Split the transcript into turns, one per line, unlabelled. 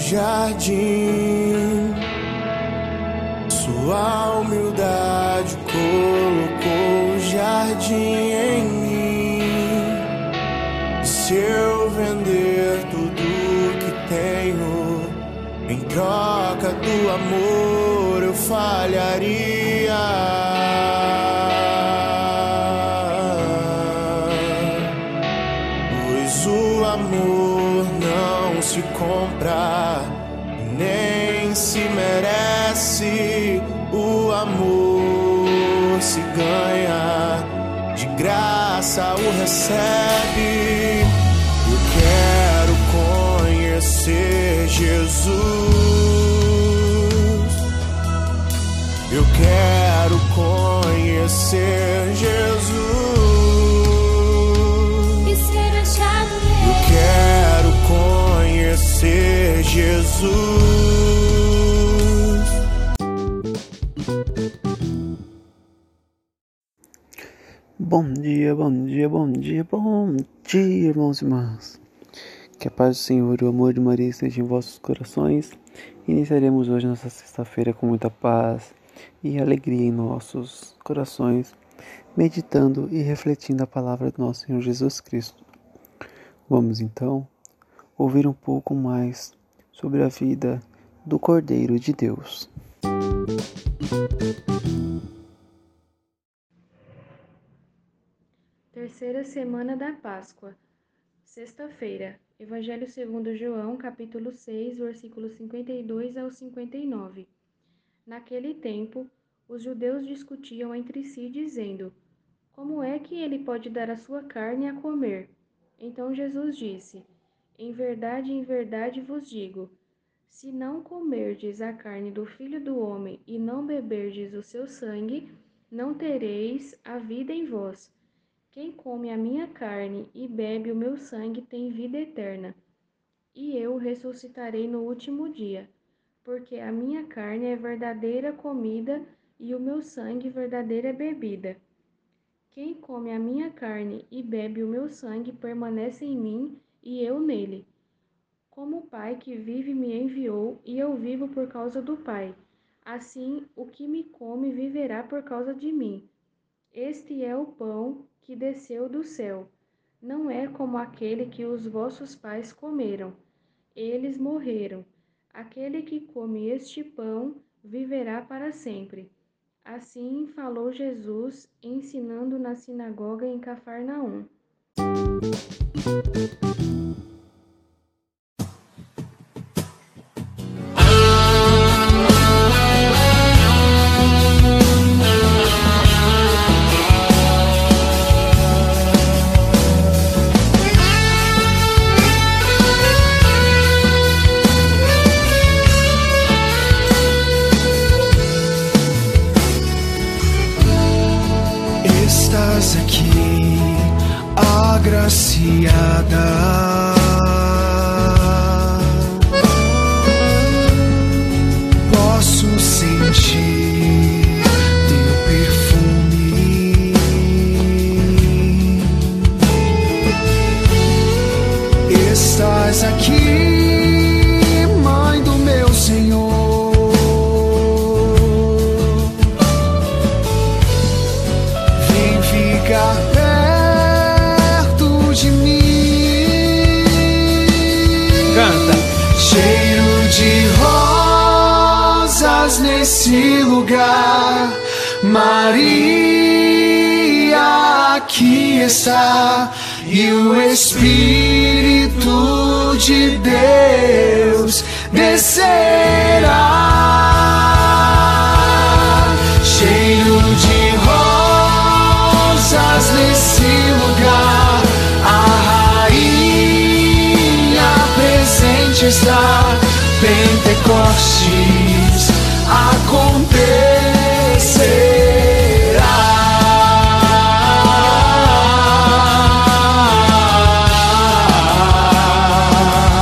jardim. Sua humildade colocou o jardim em mim. Se eu vender tudo que tenho em troca do amor, eu falharia. Pois o amor não se compra, nem se merece. O amor se ganha, de graça o recebe. Eu quero conhecer Jesus. Eu quero conhecer Jesus.
E ser achado nele.
Eu quero conhecer Jesus.
Bom dia, irmãos e irmãs. Que a paz do Senhor e o amor de Maria estejam em vossos corações. Iniciaremos hoje nossa sexta-feira com muita paz e alegria em nossos corações, meditando e refletindo a palavra do nosso Senhor Jesus Cristo. Vamos então ouvir um pouco mais sobre a vida do Cordeiro de Deus.
Terceira semana da Páscoa, sexta-feira, Evangelho segundo João, capítulo 6, versículos 52 ao 59. Naquele tempo, os judeus discutiam entre si, dizendo: como é que ele pode dar a sua carne a comer? Então Jesus disse: em verdade vos digo, se não comerdes a carne do Filho do Homem e não beberdes o seu sangue, não tereis a vida em vós. Quem come a minha carne e bebe o meu sangue tem vida eterna, e eu ressuscitarei no último dia, porque a minha carne é verdadeira comida e o meu sangue verdadeira bebida. Quem come a minha carne e bebe o meu sangue permanece em mim e eu nele. Como o Pai que vive me enviou, e eu vivo por causa do Pai, assim o que me come viverá por causa de mim. Este é o pão que desceu do céu. Não é como aquele que os vossos pais comeram. Eles morreram. Aquele que come este pão viverá para sempre. Assim falou Jesus, ensinando na sinagoga em Cafarnaum.
Estás aqui, agraciada. Posso sentir teu perfume. Estás aqui, Mãe do meu Senhor. Ficar perto de mim.
Canta!
Cheiro de rosas nesse lugar. Maria aqui está, e o Espírito de Deus descerá. Cheiro de rosas nesse lugar, a rainha presente está. Pentecostes acontece.